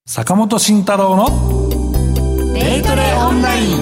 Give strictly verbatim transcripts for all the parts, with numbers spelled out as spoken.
坂本慎太郎のデイトレオンライン。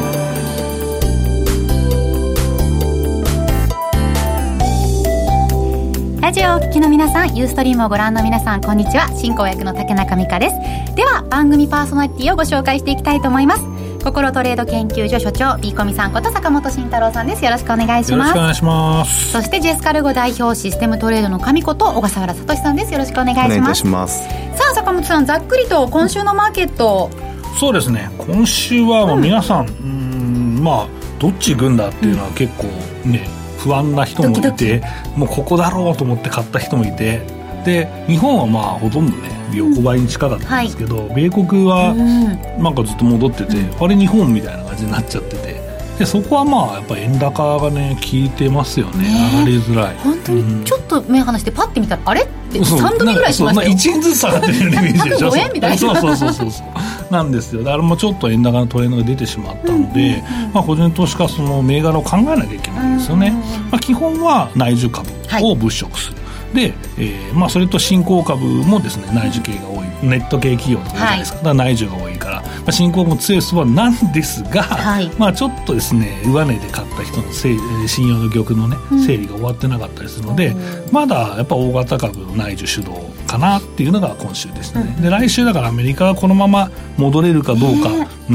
ラジオをお聞きの皆さん、ユーストリームをご覧の皆さん、こんにちは。進行役の竹中美香です。では番組パーソナリティをご紹介していきたいと思います。心トレード研究所所長 ビーコミさんこと坂本慎太郎さんです。よろしくお願いします。 よろしくお願いします。 そしてジェスカルゴ代表システムトレードの神こと小笠原聡さんです。よろしくお願いします。 お願いいたします。 さあ坂本さん、ざっくりと今週のマーケット。 そうですね、今週はもう皆さん、うん、うーんまあどっち行くんだっていうのは結構ね、うん、不安な人もいて、ドキドキ、もうここだろうと思って買った人もいて、で日本はまあほとんどね横ばいに近かったんですけど、うんはい、米国はなんかずっと戻ってて、うん、あれ日本みたいな感じになっちゃってて、でそこはまあやっぱり円高がね効いてますよ ね, ね上がりづらい。 本当にちょっと目離してパッて見たら、うん、あれってさんドルぐらいしましたよ。 いちえんずつ下がってるイメージでしょ。 ごえんみたいな。 そうそうそうそうそうなんですよ。だからもうちょっと円高のトレンドが出てしまったので、うんうんうん、まあ、個人投資家はその銘柄を考えなきゃいけないんですよね、うんうんうん、まあ、基本は内需株を物色する、はい、で、えーまあ、それと新興株もですね内需系が多い、ネット系企業とかじゃないですか、はい、だから内需が多いから、まあ、新興も強い相場なんですが、はい、まあ、ちょっとですね上値で買った人のせい信用の玉のね整理が終わってなかったりするので、うん、まだやっぱ大型株の内需主導かなっていうのが今週ですね、うん、で来週だからアメリカがこのまま戻れるかどうか、うん、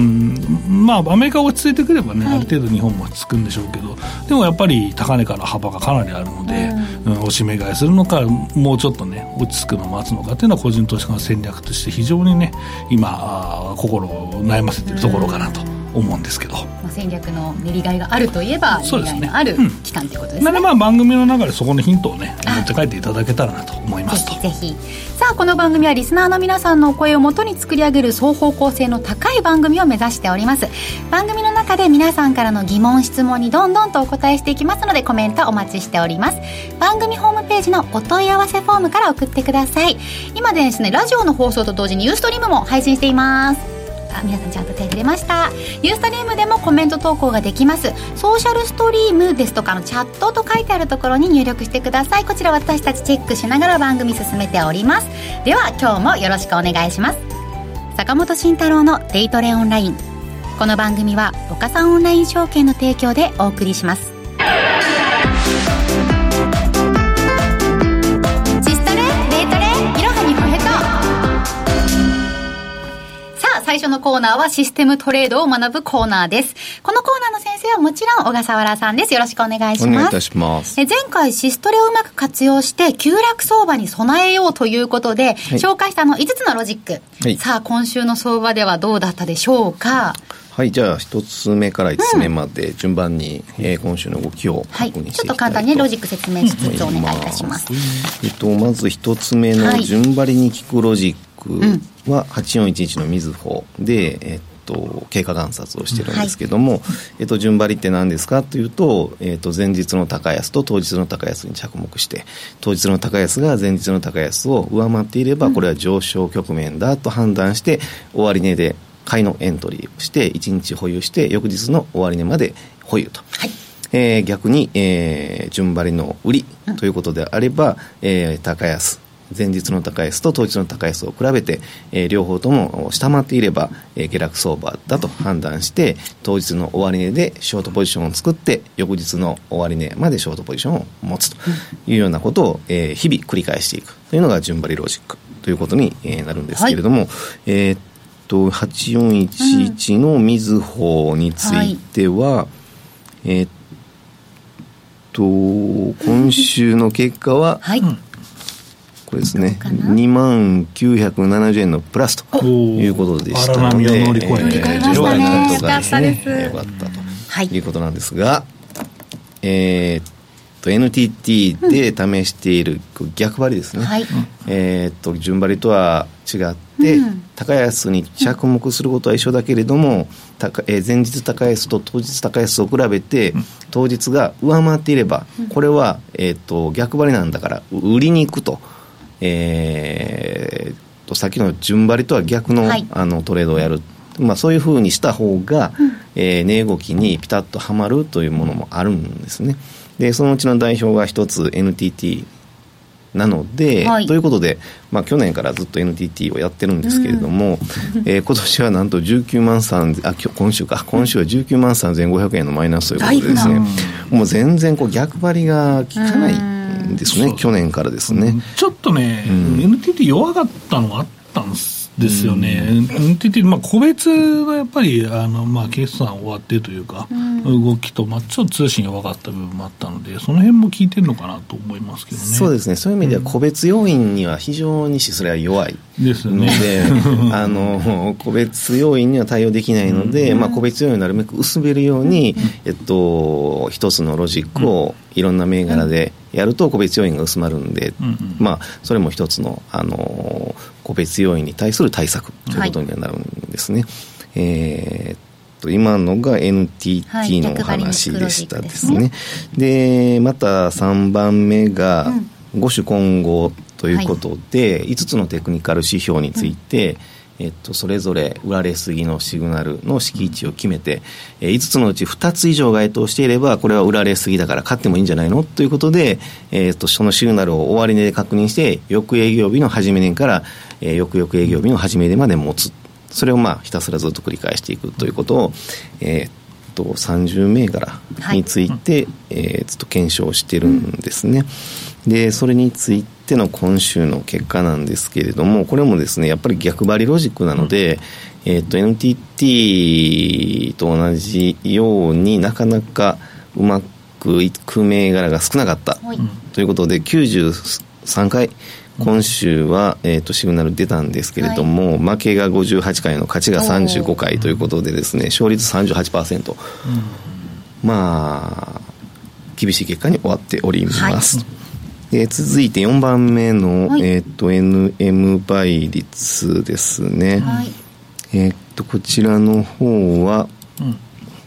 まあアメリカが落ち着いてくればね、はい、ある程度日本も落ち着くんでしょうけど、でもやっぱり高値から幅がかなりあるので、うんうん、押し目買いするのかもうちょっとね落ち着くのを待つのかっていうのは個人投資家の戦略として非常にね今心を悩ませているところかなと思うんですけど、 まあ、戦略の練りがいがあるといえば練りがいのある期間ということですね。 なのでまあ番組の中でそこのヒントをね持って帰っていただけたらなと思いますと。 ぜひぜひ。さあこの番組はリスナーの皆さんのお声をもとに作り上げる双方向性の高い番組を目指しております。番組の中で皆さんからの疑問質問にどんどんとお答えしていきますので、コメントお待ちしております。番組ホームページのお問い合わせフォームから送ってください。今ですねラジオの放送と同時にユーストリームも配信しています。あ、皆さんちゃんと手入れました。ユーストリームでもコメント投稿ができます。ソーシャルストリームですとかのチャットと書いてあるところに入力してください。こちら私たちチェックしながら番組進めております。では今日もよろしくお願いします。坂本慎太郎のデイトレオンライン。この番組は岡三オンライン証券の提供でお送りします。最初のコーナーはシステムトレードを学ぶコーナーです。このコーナーの先生はもちろん小笠原さんです。よろしくお願いします。 お願いいたします。 え前回シストレをうまく活用して急落相場に備えようということで、はい、紹介したあのいつつのロジック、はい、さあ今週の相場ではどうだったでしょうか。 はい、じゃあひとつめからいつつめまで順番に、うんえー、今週の動きを確認していきたいと、はい、ちょっと簡単にロジック説明しつつお願いいたします。 えっと、まずひとつめの順張りに効くロジックははちよんいちいちのみずほで、えっと、経過観察をしてるんですけども、はいえっと、順張りって何ですかというと、えっと、前日の高安と当日の高安に着目して、当日の高安が前日の高安を上回っていれば、これは上昇局面だと判断して、終値で買いのエントリーをしていちにち保有して翌日の終値まで保有と、はいえー、逆に、えー、順張りの売りということであれば、うんえー、高安前日の高安と当日の高安を比べて、えー、両方とも下回っていれば、えー、下落相場だと判断して当日の終値でショートポジションを作って翌日の終値までショートポジションを持つというようなことを、えー、日々繰り返していくというのが順張りロジックということに、えー、なるんですけれども、はいえーはちよんいちいちのみずほについては、うんはい、えー、っと今週の結果は、はい、これですねにまんきゅうひゃくななじゅうえんのプラスということでしたので、 えー、乗り越えて、えー、よかったですね、よかったということなんですが、えー、っと エヌティーティー で試している逆張りですね、うんはいえー、っと順張りとは違ってで高安に着目することは一緒だけれども、高えー、前日高安と当日高安を比べて当日が上回っていればこれは、えー、と逆張りなんだから売りに行くと、えー、とさっきの順張りとは逆 の,、はい、あのトレードをやる、まあ、そういうふうにした方が、うんえー、値動きにピタッとはまるというものもあるんですね。でそのうちの代表が一つ エヌティーティーなので、はい、ということで、まあ、去年からずっと エヌティーティー をやってるんですけれども、うんえー、今年はなんとじゅうきゅうまんさんぜんあ今週か今週はじゅうきゅうまんさんぜんごひゃくえんのマイナスということでですね、もう全然こう逆張りが効かないんですね、去年からですね、 うん、ちょっとね、うん、エヌティーティー 弱かったのがあったんですですよね、うん、エヌティーティー、まあ、個別がやっぱりあの、まあ、決算終わってというか、うん、動きと、まあ、ちょっと通信が弱かった部分もあったので、その辺も効いてるのかなと思いますけどね。 そうですね、そういう意味では個別要因には非常にそれは弱いですねのであの個別要因には対応できないので、うんまあ、個別要因をなるべく薄めるように、うんえっと、一つのロジックをいろんな銘柄でやると個別要因が薄まるんで、うんうんまあ、それも一つの、あの個別要因に対する対策ということにはなるんですね、はいえー、っと今のが エヌティーティー のお話でしたですね、はい、でまたさんばんめが五種混合ということで、はい、いつつのテクニカル指標について、うんえっと、それぞれ売られすぎのシグナルの敷地を決めて、えー、いつつのうちふたつ以上該当していればこれは売られすぎだから買ってもいいんじゃないのということで、えー、っとそのシグナルを終値で確認して翌営業日の始め年から、えー、翌々営業日の始め値まで持つ、それをまあひたすらずっと繰り返していくということを、えー、っとさんじゅう銘柄について、はいえー、ずっと検証してるんですね、うん、でそれについての今週の結果なんですけれども、これもですねやっぱり逆張りロジックなので、うんえー、と エヌティーティー と同じようになかなかうまくいく銘柄が少なかった、はい、ということできゅうじゅうさんかい今週は、えー、とシグナル出たんですけれども、はい、負けがごじゅうはちかいの勝ちがさんじゅうごかいということでですね、勝率 さんじゅうはちパーセント、うん、まあ厳しい結果に終わっております、はいえー、続いてよんばんめの、はいえー、と エヌエム 倍率ですね、はいえー、とこちらの方は、うん、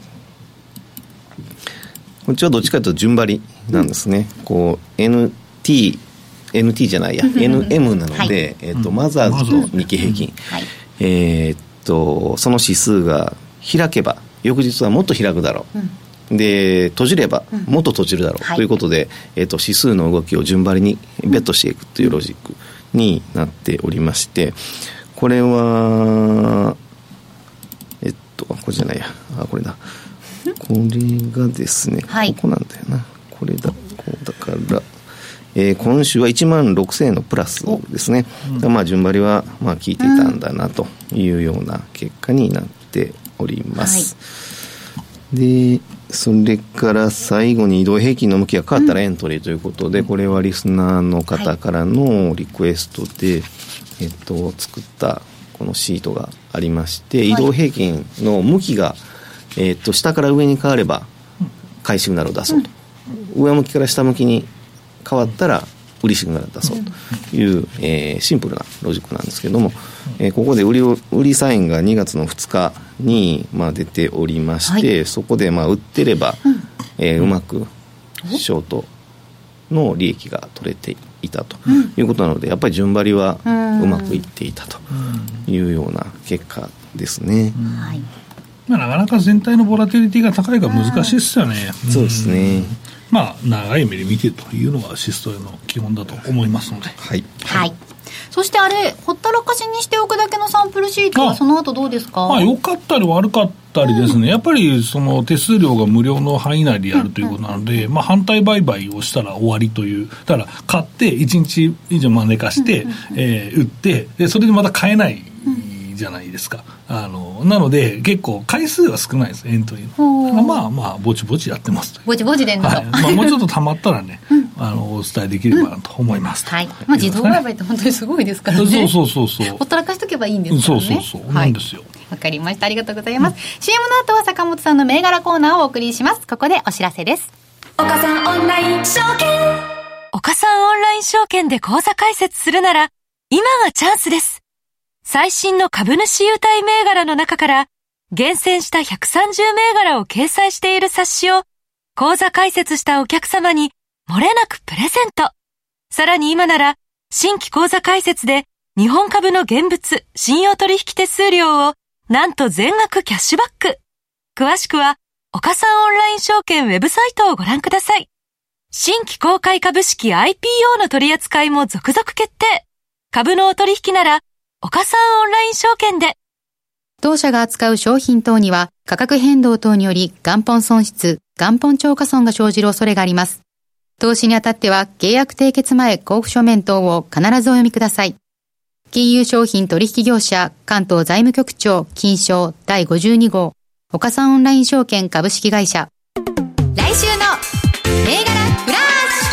こっちはどっちかというと順張りなんですね、うん、こう エヌティーエヌティー じゃないやエヌエム なので、はいえー、とマザーズと日経平均、うんはいえー、とその指数が開けば翌日はもっと開くだろう、うんで閉じればもっと閉じるだろう、うん、ということで、はいえー、と指数の動きを順張りにベットしていくというロジックになっておりまして、これはえっとこれじゃないやあこれだこれがですね、はい、ここなんだよなこれだこうだから、えー、今週はいちまんろくせんえんのプラスですね、うん、まあ順張りはまあ効いていたんだなというような結果になっております、はい、でそれから最後に移動平均の向きが変わったらエントリーということで、うん、これはリスナーの方からのリクエストで、はいえっと、作ったこのシートがありまして、はい、移動平均の向きが、えっと、下から上に変われば買いシグナルを出そうと、うん、上向きから下向きに変わったら売りシグナルを出そうという、うんえー、シンプルなロジックなんですけども、えー、ここで売りを売りサインがにがつのふつかに、まあ、出ておりまして、はい、そこでまあ売ってれば、うんえー、うまくショートの利益が取れていたということなので、やっぱり順張りはうまくいっていたというような結果ですね、うんはいまあ、なかなか全体のボラティリティが高いから難しいですよね、 うん、そうですね、 まあ、長い目で見てというのがシストへの基本だと思いますので、 はい、 はい、そしてあれほったらかしにしておくだけのサンプルシートはその後どうですか？ まあ、良かったり悪かったりですね、うん、やっぱりその手数料が無料の範囲内でやるということなので、うんうんまあ、反対売買をしたら終わりという、だから買っていちにち以上寝かして、うんうんえー、売ってでそれでまた買えないじゃないですか。あのなので結構回数が少ないですエントリーの。まあまあぼちぼちやってますぼちぼちでんの、 はいまあ、もうちょっとたまったらね、うん、あのお伝えできればなと思います、 うんはいまあ、自動売買って本当にすごいですからね。 そうそうそうそうほったらかしとけばいいんですからね。 そうそうそう、はい、なんですよ。 わかりました、ありがとうございます、うん、シーエム の後は坂本さんの銘柄コーナーをお送りします。ここでお知らせです。 岡さんオンライン証券、岡さんオンライン証券で口座開設するなら今がチャンスです。最新の株主優待銘柄の中から厳選したひゃくさんじゅう銘柄を掲載している冊子を口座開設したお客様に漏れなくプレゼント。さらに今なら新規口座開設で日本株の現物信用取引手数料をなんと全額キャッシュバック。詳しくは岡さんオンライン証券ウェブサイトをご覧ください。 新規公開株式 アイピーオー の取り扱いも続々決定。株のお取引なら、岡三オンライン証券で。 当社が扱う商品等には価格変動等により元本損失、元本超過損が生じる恐れがあります。投資にあたっては契約締結前交付書面等を必ずお読みください。金融商品取引業者関東財務局長金商だいごじゅうに号岡三オンライン証券株式会社。来週の銘柄フラッ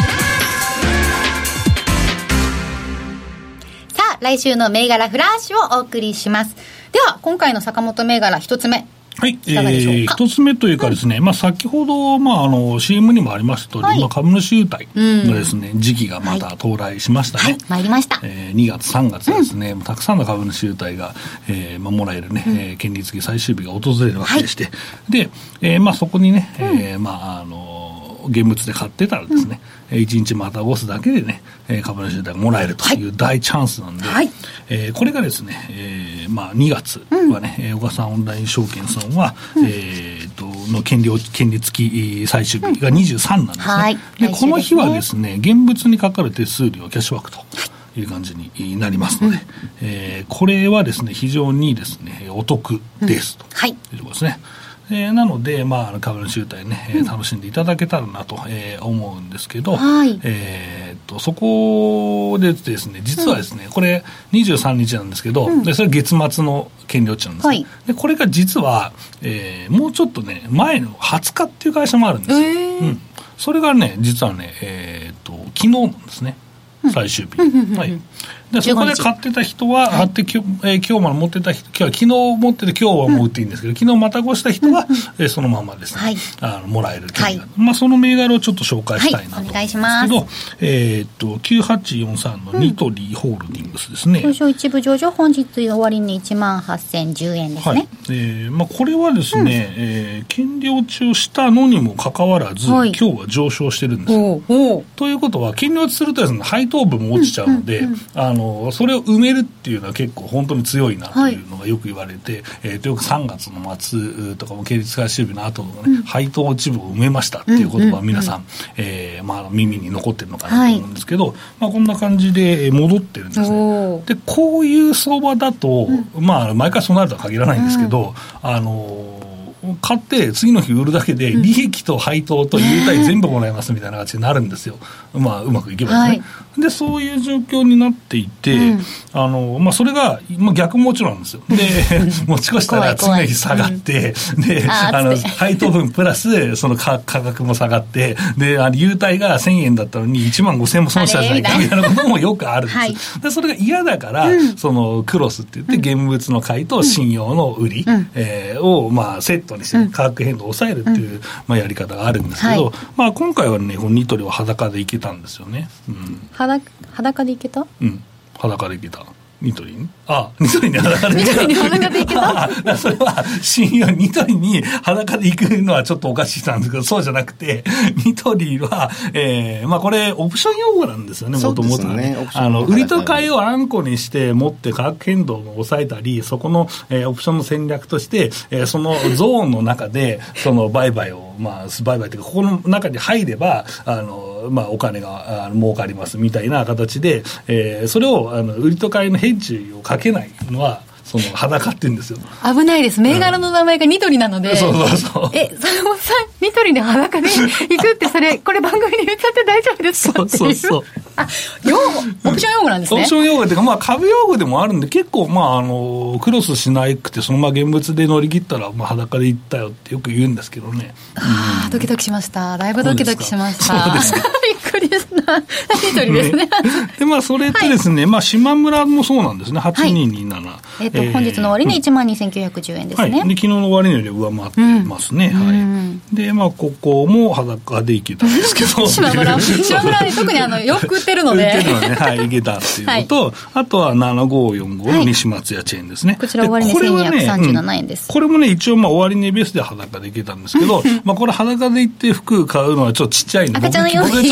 シュ。さあ、来週の銘柄フラッシュをお送りします。では今回の坂本銘柄一つ目、 はい、えー、一つ目というかですね、うん、まあ、先ほど、まあ、あの シーエム にもありました通り、はい、今株主優待のですね、うん、時期がまた到来しましたね、 はいはい、参りました、 えー、にがつさんがつですね、うん、たくさんの株主優待が、えーまあ、もらえるね、うん、えー、権利付き最終日が訪れるわけでして、はい、で、えーまあ、そこにね、うん、えー、まああの現物で買ってたらですね、うん、いちにちまたごすだけでね、株主優待がもらえるという大チャンスなんで、はい、えー、これがですね、えーまあ、にがつはね、うん、岡三オンライン証券さんは、うん、えー、との権利権利付き最終日がにじゅうさんなんですね、うん、はい、でこの日はですね、現物にかかる手数料キャッシュバックという感じになりますので、うん、えー、これはですね非常にですねお得ですと、うん、はい、いうところですね。えー、なので、まあ、株主優待ね、えー、楽しんでいただけたらなと、えー、思うんですけど、はい、えー、とそこでですね実はですね、うん、これにじゅうさんにちなんですけど、うん、でそれ月末の権利落ちなんです、ね、はい、でこれが実は、えー、もうちょっとね前のはつかっていう会社もあるんですよ、えーうん、それがね実はね、えー、と昨日なんですね最終日、うん、はい、でそこで買ってた人は、はい、ってきょ、えー、今日まで持ってた人、今日昨日持ってて今日はもう売っていいんですけど、うん、昨日また越した人は、うん、えー、そのままですね、はい、あのもらえる権利が、はい、まあ、その銘柄をちょっと紹介したいなと思うんですけど、はい、えー、っときゅうはちよんさんのニトリホールディングスですね、 東証一部上場本日終わりにいちまんはっせんじゅうえんですね、はい、 えーまあ、これはですね、うん、えー、権利落ちをしたのにもかかわらず、はい、今日は上昇してるんですよ。ということは権利落ちするとですね配当分も落ちちゃうので、うんうんうん、あのそれを埋めるっていうのは結構本当に強いなというのがよく言われて、はい、えー、とよくさんがつの末とかも経理最終日の後とかね、うん、配当落ち分を埋めましたっていう言葉は皆さん、うんうんうん、えーまあ、耳に残ってるのかなと思うんですけど、はい、まあ、こんな感じで戻ってるんですね。でこういう相場だと、うん、まあ、毎回そうなるとは限らないんですけど、うん、あの買って次の日売るだけで利益と配当と優待全部もらえますみたいな形になるんですよ、まあ、うまくいけばですね、はい、でそういう状況になっていて、うん、あのまあ、それが、まあ、逆ももちろんなんですよ。で持ち越したら次の日下がって、うん、であの配当分プラスその価格も下がってであの優待がせんえんだったのにいちまんごせんえんも損したじゃないかみたいなこともよくあるんです、はい、でそれが嫌だから、うん、そのクロスって言って現物の買いと信用の売り、うん、えー、を、まあ、セットにして価格変動を抑えるっていう、うん、まあ、やり方があるんですけど、はい、まあ、今回はねこのニトリは裸でいけたんですよね、うん、 裸, 裸でいけた、 うん、裸でいけたニトリにあニトリに裸でいけたニトリに裸でいけたそれは信用ニトリに裸でいくのはちょっとおかしいなんですけど、そうじゃなくてニトリは、えーまあ、これオプション用語なんですよね。もともとはね、あの売りと買いをあんこにして持って価格変動を抑えたり、そこの、えー、オプションの戦略として、えー、そのゾーンの中でその売買を、まあ、売買というかここの中に入ればあのまあ、お金があの儲かりますみたいな形で、えー、それをあの売りと買いのヘッジをかけないのはその裸って言うんですよ。 危ないです。銘柄の名前がニトリなので、うん、そうそうそう。え、坂本さんニトリで裸で行くってそれこれ番組で言っちゃって大丈夫ですか？そうそうそう。あ、用語オプション用語なんですね。 オプション用語っていうか、まあ、株用語でもあるんで結構、まあ、あのクロスしなくてそのまま現物で乗り切ったら、まあ、裸で行ったよってよく言うんですけどね。 あ、うん、ドキドキしました。だいぶドキドキしました。 そうですか。 びっくりしたニトリですね。ねで、まあ、それってですね、はい、まあ、島村もそうなんですね。はちにーにーなな、はい、 えーとえー、本日の終値 いちまんにせんきゅうひゃくじゅうえんですね、はい、で昨日の終値より上回ってますね、うん、はい、うん、で、まあ、ここも裸でいけたんですけど島村島村に特にあのよく売ってるので売ってるのね、はい、いけたっていうのと、はい、あとはななごーよんごの西松屋チェーンですね、はい、 こちら終値せんにひゃくさんじゅうななえんです。 これもね一応まあ終値ベースで裸でいけたんですけどまあこれ裸でいって服買うのはちょっとちっちゃいんで僕ちょっとでかいから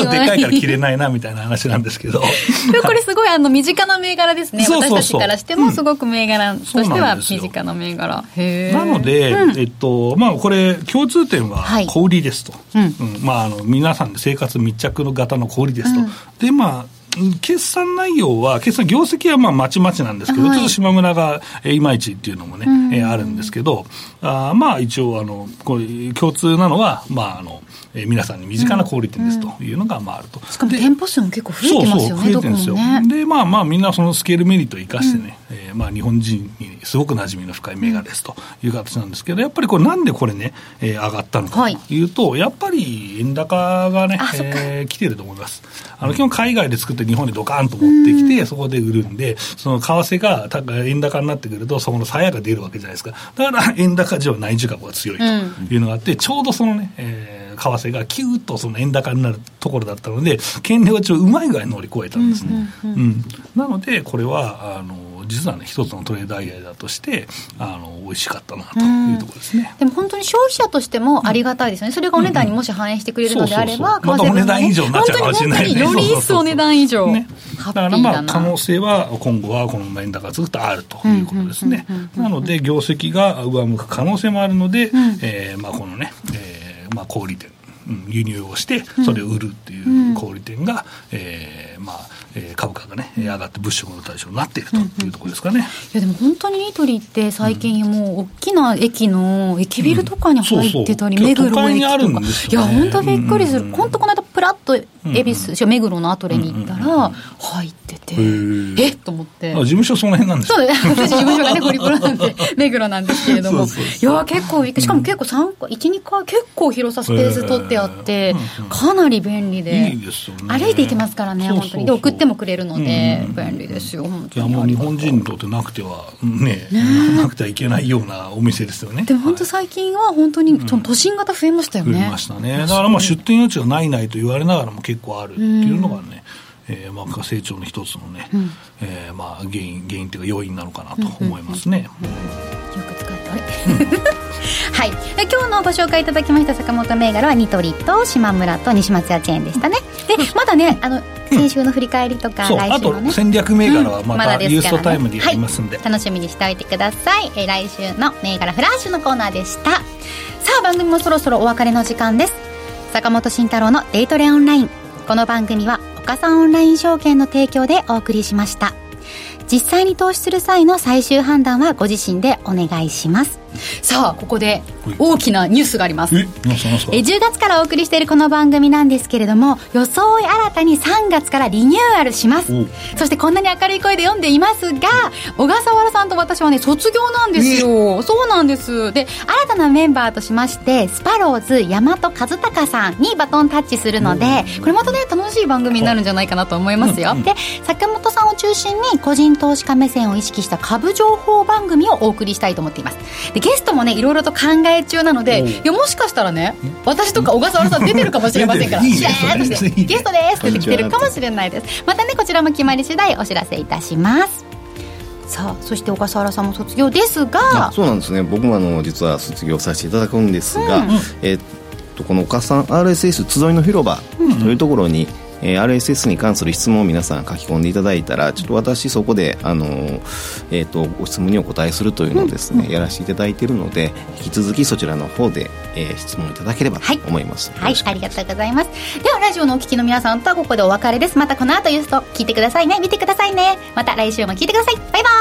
切れないなみたいな話なんですけどでもこれすごいあの身近な銘柄ですね。そうそうそう、私たちからしてもすごく銘柄としては身近な銘柄、うん、へなので、うん、えっとまあ、これ共通点は小売りですと、はい、うんうん、まあ、あの皆さんで生活密着の型の小売りですと、うん、でまあ決算内容は、決算業績はまあまちまちなんですけど、はい、ちょっと島村がいまいちっていうのもね、うんえー、あるんですけど、あまあ一応あのこれ共通なのは、まああのえー、皆さんに身近な小売店ですというのがまああると、うんうん、 しかも店舗数も結構増えてますよね。そうそう増えてるんですよ、ね、 でまあまあみんなそのスケールメリットを生かしてね、うんえー、まあ日本人にすごく馴染みの深い銘柄ですという形なんですけど、やっぱりこれなんでこれね、えー、上がったのかというと、はい、やっぱり円高がね、えー、来てると思います。あの基本海外で作って日本にドカーンと持ってきて、うん、そこで売るんで、その為替が円高になってくるとそこの鞘が出るわけじゃないですか。だから円高時は内需株が強いというのがあって、うん、ちょうどそのね、えー、為替がキューッとその円高になるところだったので、権利はちょっとうまい具合に乗り越えたんですね、うんうんうんうん、なのでこれはあの実はね一つのトレードアイデアとしてあの美味しかったなというところですね。 でも本当に消費者としてもありがたいですよね、うん、それがお値段にもし反映してくれるのであれば、 またお値段以上になっちゃうかもしれないね。 本当により一層お値段以上、ね、 だからまあ可能性は今後はこの円高がずっとあるということですね。なので業績が上向く可能性もあるので、うんえー、まあこのね、えー、まあ小売店輸入をしてそれを売るっていう小売店が、うんえーまあえー、株価がね上がって物色の対象になっているというところですかね、うんうん、いやでも本当にニトリって最近もう大きな駅の駅ビルとかに入ってたり、うん、目黒駅とか、都会にあるんですよね、いや本当びっくりする、うんうん、本当この間プラッと恵比寿、うんうん、目黒のアトレに行ったら入ってて、うんうん、えっと思って、 あ事務所その辺なんですか。 そうです私事務所がねゴリプロなんで目黒なんですけれども、そうそうそう、いや結構しかも結構さんかい、いち、にかい結構広さスペース取ってあって、うんうん、かなり便利で、いいですよね、歩いていけますからね。そうそうそう、本当にで送ってもくれるので、うん、便利ですよ本当に。 いやもう日本人にとってなくてはね、ねなくてはいけないようなお店ですよね。 でも本当最近は本当にその都心型増えましたよね、 うん、増えましたね。だからまあ出店余地がないないと言われながらも結構あるっていうのがね、うんえーまあ、成長の一つのね、うんえーまあ、原因原因というか要因なのかなと思いますね、うんうんうんうん、 よく使ってあれはい、今日のご紹介いただきました坂本銘柄はニトリと島村と西松屋チェーンでしたね。でまだねあの先週の振り返りとか、うん、来週のねあと戦略銘柄はまたユーストタイムでやりますんで、 はい、楽しみにしておいてください。えー、来週の銘柄フラッシュのコーナーでした。さあ番組もそろそろお別れの時間です。坂本慎太郎のデイトレオンライン、この番組は岡三オンライン証券の提供でお送りしました。実際に投資する際の最終判断はご自身でお願いします。さあここで大きなニュースがあります。ええじゅうがつからお送りしているこの番組なんですけれども、装い新たにさんがつからリニューアルします。そしてこんなに明るい声で読んでいますが、小笠原さんと私はね卒業なんですよ。そうなんです。で新たなメンバーとしましてスパローズ大和和孝さんにバトンタッチするので、これまたね楽しい番組になるんじゃないかなと思いますよ。で坂本さんを中心に個人投資家目線を意識した株情報番組をお送りしたいと思っています。でゲストもねいろいろと考え中なので、いやもしかしたらね私とか小笠原さん出てるかもしれませんからしれーっとしてゲストですって来てるかもしれないです。またねこちらも決まり次第お知らせいたします。さあそして小笠原さんも卒業ですが、 そうなんですね。僕もあの実は卒業させていただくんですが、うんえー、っとこの岡さん アールエスエス 集いの広場というところに、うんえー、アールエスエス に関する質問を皆さん書き込んでいただいたら、ちょっと私そこで、あのーえー、とご質問にお答えするというのをですね、うんうん、やらせていただいているので、引き続きそちらの方で、えー、質問いただければと思います。 はい、はい、ありがとうございます。ではラジオのお聞きの皆さんとはここでお別れです。またこの後ユースト聞いてくださいね、見てくださいね。また来週も聞いてください。バイバイ。